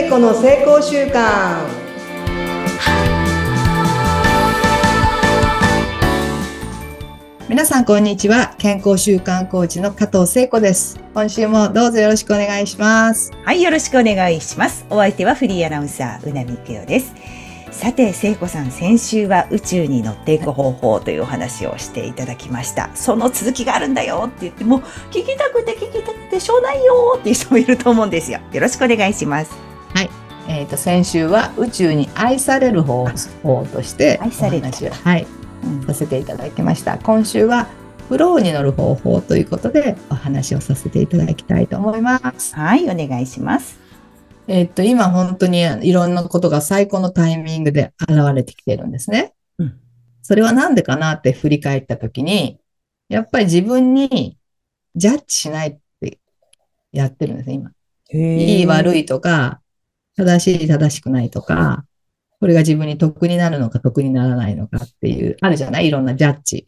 子の成功習慣。皆さんこんにちは。健康習慣コーチの加藤聖子です。今週もどうぞよろしくお願いします。 はい、よろしくお願いします。お相手はフリーアナウンサー宇波育代です。さて、聖子さん、先週は宇宙に乗っていく方法というお話をしていただきました。その続きがあるんだよって言っても、聞きたくてしょうがないよっていう人もいると思うんですよ。よろしくお願いします。 はい。先週は宇宙に愛される方法としてお話を、させていただきました。今週はフローに乗る方法ということでお話をさせていただきたいと思います。 はい、お願いします。 今本当にいろんなことが最高のタイミングで現れてきているんですね。それはなんでかなって振り返ったときに、やっぱり自分にジャッジしないってやってるんですね、今。いい悪いとか、正しい正しくないとか、これが自分に得になるのか得にならないのかっていう、あるじゃない、いろんなジャッジ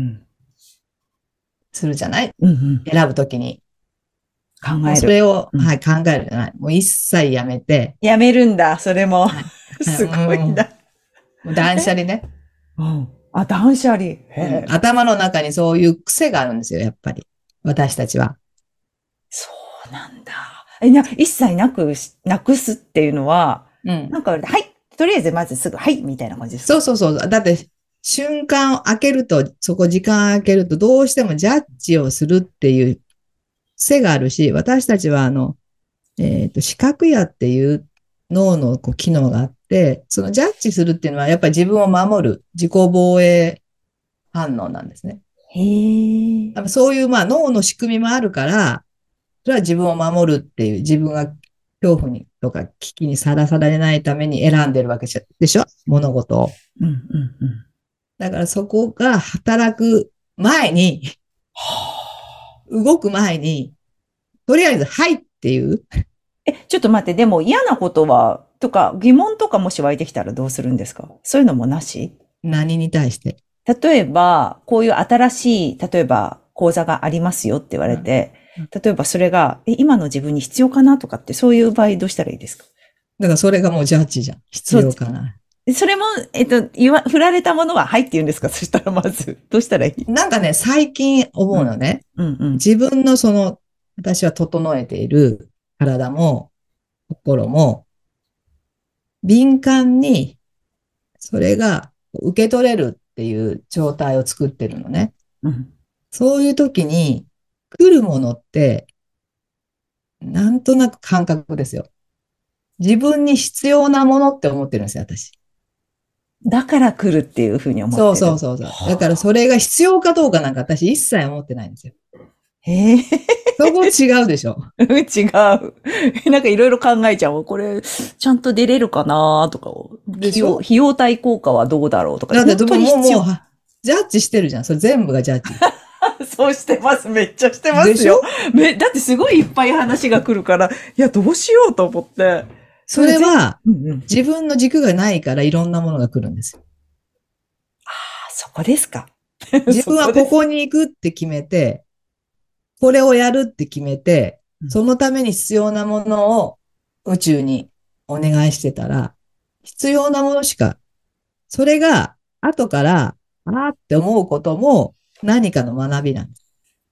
するじゃない、選ぶときに。 考える。 それを、考えるじゃない。もう一切やめて。 やめるんだ、それも。すごいんだ。 断捨離ね。 断捨離。 頭の中にそういう癖があるんですよ、やっぱり。私たちは。 そうなんだ。一切なくすっていうのは、なんか、はい、とりあえずまずすぐ、はい、みたいな感じですか？ そう。だって、瞬間を空けると、そこ時間空けると、どうしてもジャッジをするっていう癖があるし、私たちは視覚野っていう脳の機能があって、そのジャッジするっていうのはやっぱり自分を守る自己防衛反応なんですね。そういう脳の仕組みもあるから、それは自分を守るっていう、自分が恐怖にとか危機にさらされないために選んでるわけでしょ、物事を。だからそこが働く前に、動く前に、とりあえず、はいっていう。 ちょっと待って、でも嫌なことは、とか疑問とかもし湧いてきたらどうするんですか？そういうのもなし？ 何に対して？ 例えば、こういう新しい、例えば講座がありますよって言われて、例えばそれが、今の自分に必要かなとかって、そういう場合どうしたらいいですか？ だからそれがもうジャッジじゃん。必要かな。 それも、振られたものははいって言うんですか？そしたらまず、どうしたらいい？ なんかね、最近思うのね。自分の私は整えている体も心も敏感にそれが受け取れるっていう状態を作ってるのね。そういう時に来るものってなんとなく感覚ですよ。自分に必要なものって思ってるんですよ、私。 だから来るっていうふうに思ってる。 そう。だからそれが必要かどうかなんか私一切思ってないんですよ。そこ違うでしょ。 違う。なんかいろいろ考えちゃう。これ、ちゃんと出れるかなとか。 でしょ？ 費用対効果はどうだろうとか。 だってもう、ジャッジしてるじゃん。それ全部がジャッジ。 そうしてます。めっちゃしてますよ。 でしょ？ だってすごいいっぱい話が来るから、いや、どうしようと思って。 それは、自分の軸がないからいろんなものが来るんですよ。 そこですか。 自分はここに行くって決めて、これをやるって決めて、そのために必要なものを宇宙にお願いしてたら、必要なものしか、それが後からあーって思うことも何かの学びなんです。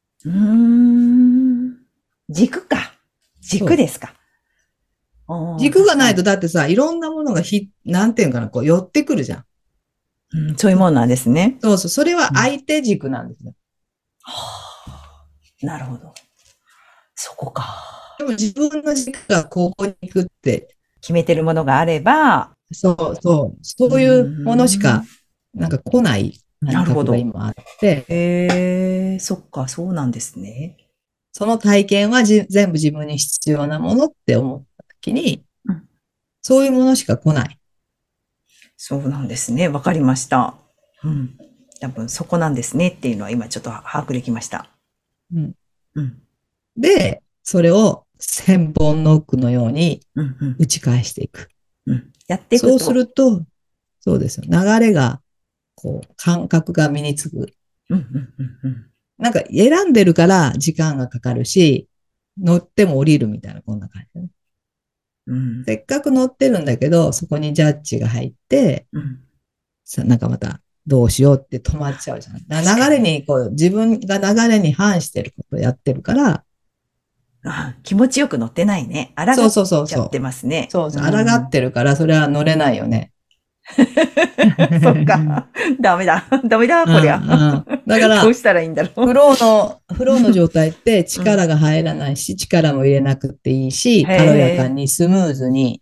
軸か。軸ですか。 軸がないとだってさ、いろんなものがなんていうかな、寄ってくるじゃん。 そういうものなんですね。 そう。それは相手軸なんですね。 なるほど。そこか。 でも自分の軸がここに行くって決めてるものがあれば、 そういうものしかなんか来ない感覚が今あって。 そっか、そうなんですね。 その体験は全部自分に必要なものって思ったときに、そういうものしか来ない。 そうなんですね。わかりました。多分そこなんですねっていうのは今ちょっと把握できました。 で、それを千本ノックのように打ち返していく。 やっていくと。 そうすると、そうですよ。流れが、感覚が身につく。なんか選んでるから時間がかかるし、乗っても降りるみたいな、こんな感じだね。 せっかく乗ってるんだけど、そこにジャッジが入って、なんかまたどうしようって止まっちゃうじゃない。流れに、自分が流れに反してることをやってるから、 気持ちよく乗ってないね。抗っちゃってますね。 そうそう。抗ってるから、それは乗れないよね。 そっか。ダメだ、こりゃ。だから、どうしたらいいんだろう。 フローの状態って力が入らないし、力も入れなくていいし、軽やかにスムーズに、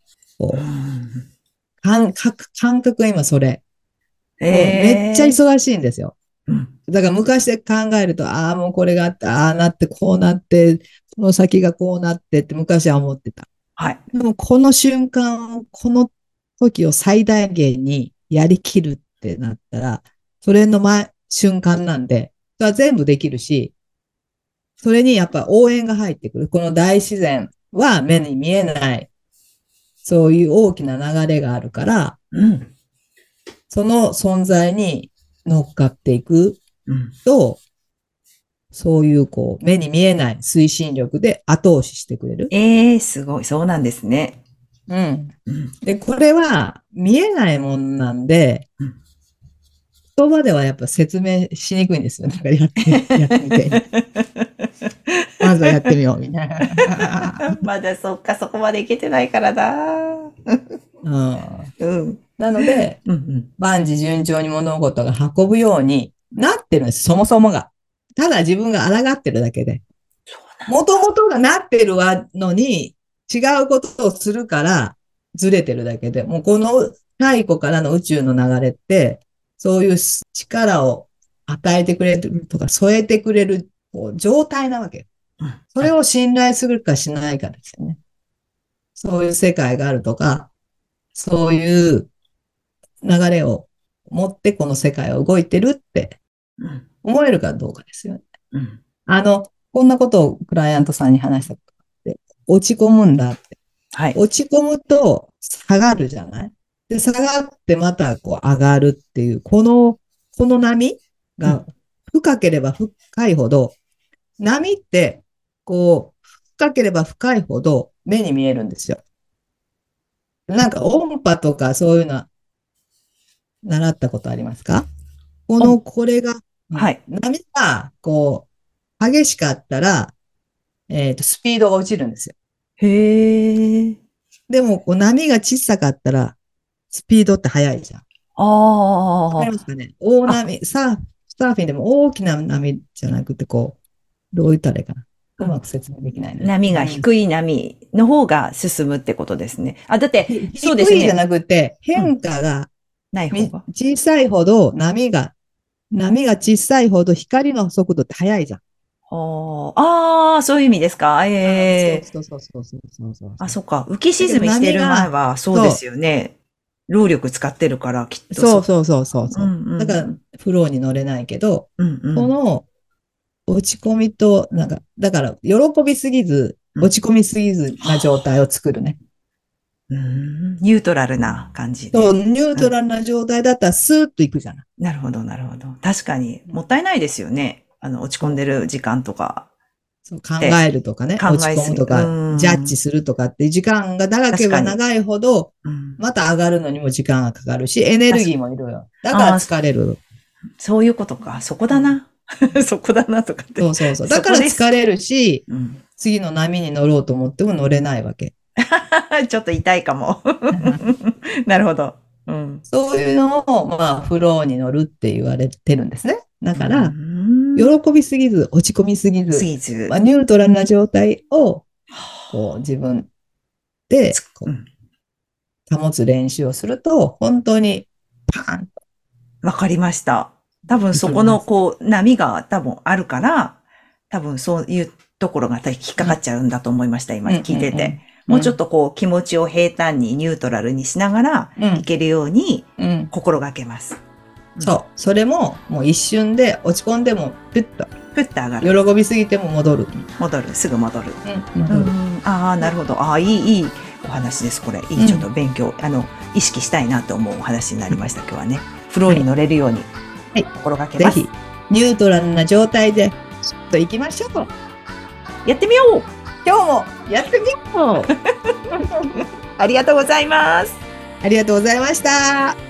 感覚が今それ。めっちゃ忙しいんですよ。だから昔で考えると、ああ、もうこれがあって、ああなって、こうなって、この先がこうなってって昔は思ってた。 はい。 でもこの瞬間、この時を最大限にやりきるってなったら、それの瞬間なんで、それは全部できるし、それにやっぱ応援が入ってくる。この大自然は目に見えない、そういう大きな流れがあるから、その存在に乗っかっていくと、そういう目に見えない推進力で後押ししてくれる。 すごい。そうなんですね。 で、これは見えないもんなんで、言葉ではやっぱ説明しにくいんですよ。なんかやってみて。まずはやってみよう、みたいな。 まだそこまでいけてないからな。 なので、万事順調に物事が運ぶようになってるんです、そもそもが。ただ自分が抗ってるだけで。もともとがなってるのに、違うことをするからずれてるだけで、もうこの太古からの宇宙の流れって、そういう力を与えてくれるとか添えてくれる状態なわけ。それを信頼するかしないかですよね。そういう世界があるとか、そういう流れを持ってこの世界は動いてるって思えるかどうかですよね。こんなことをクライアントさんに話したことがあって、落ち込むんだって。落ち込むと下がるじゃない。で、下がってまた上がるっていう、この波が深ければ深いほど、波って深ければ深いほど目に見えるんですよ。なんか音波とかそういうのは習ったことありますか？これが、波が激しかったら、スピードが落ちるんですよ。でも、波が小さかったら、スピードって速いじゃん。わかりますかね？大波、サーフィンでも大きな波じゃなくて、どう言ったらいいかな。うまく説明できないね。 波が低い波の方が進むってことですね。だって、そうですね。 低いじゃなくて、変化が、ない方が小さいほど波が小さいほど光の速度って速いじゃん。 そういう意味ですか。 そう。 そっか。浮き沈みしてる前は、そうですよね。労力使ってるから、きっと。 そう。だから、フローに乗れないけど、この落ち込みと、だから、喜びすぎず、落ち込みすぎずな状態を作るね。 ニュートラルな感じで。 そう、ニュートラルな状態だったらスーッといくじゃない。 なるほど。確かに、もったいないですよね。落ち込んでる時間とか。 そう考えるとかね、落ち込むとか、ジャッジするとかって時間が長ければ長いほど、また上がるのにも時間がかかるし、エネルギーもいるよ。だから疲れる。 そういうことか。そこだな。そこだなとかって。 そう。だから疲れるし、次の波に乗ろうと思っても乗れないわけ。 ちょっと痛いかも。なるほど。 そういうのを、フローに乗るって言われてるんですね。だから、喜びすぎず、落ち込みすぎず、ニュートラルな状態を、自分で、保つ練習をすると、本当に、パーンと。 わかりました。多分そこの、波が多分あるから、多分そういうところが引っかかっちゃうんだと思いました、今聞いてて。もうちょっと気持ちを平坦にニュートラルにしながら、いけるように、心がけます。 そう。それも、もう一瞬で落ち込んでも、プッと上がる。 喜びすぎても戻る。 すぐ戻る。なるほど。いいお話です、これ。ちょっと勉強、意識したいなと思うお話になりました、今日はね。フローに乗れるように、心がけます。 ぜひ、ニュートラルな状態で、ちょっと行きましょう。 やってみよう。 今日もやってみようありがとうございます。 ありがとうございました。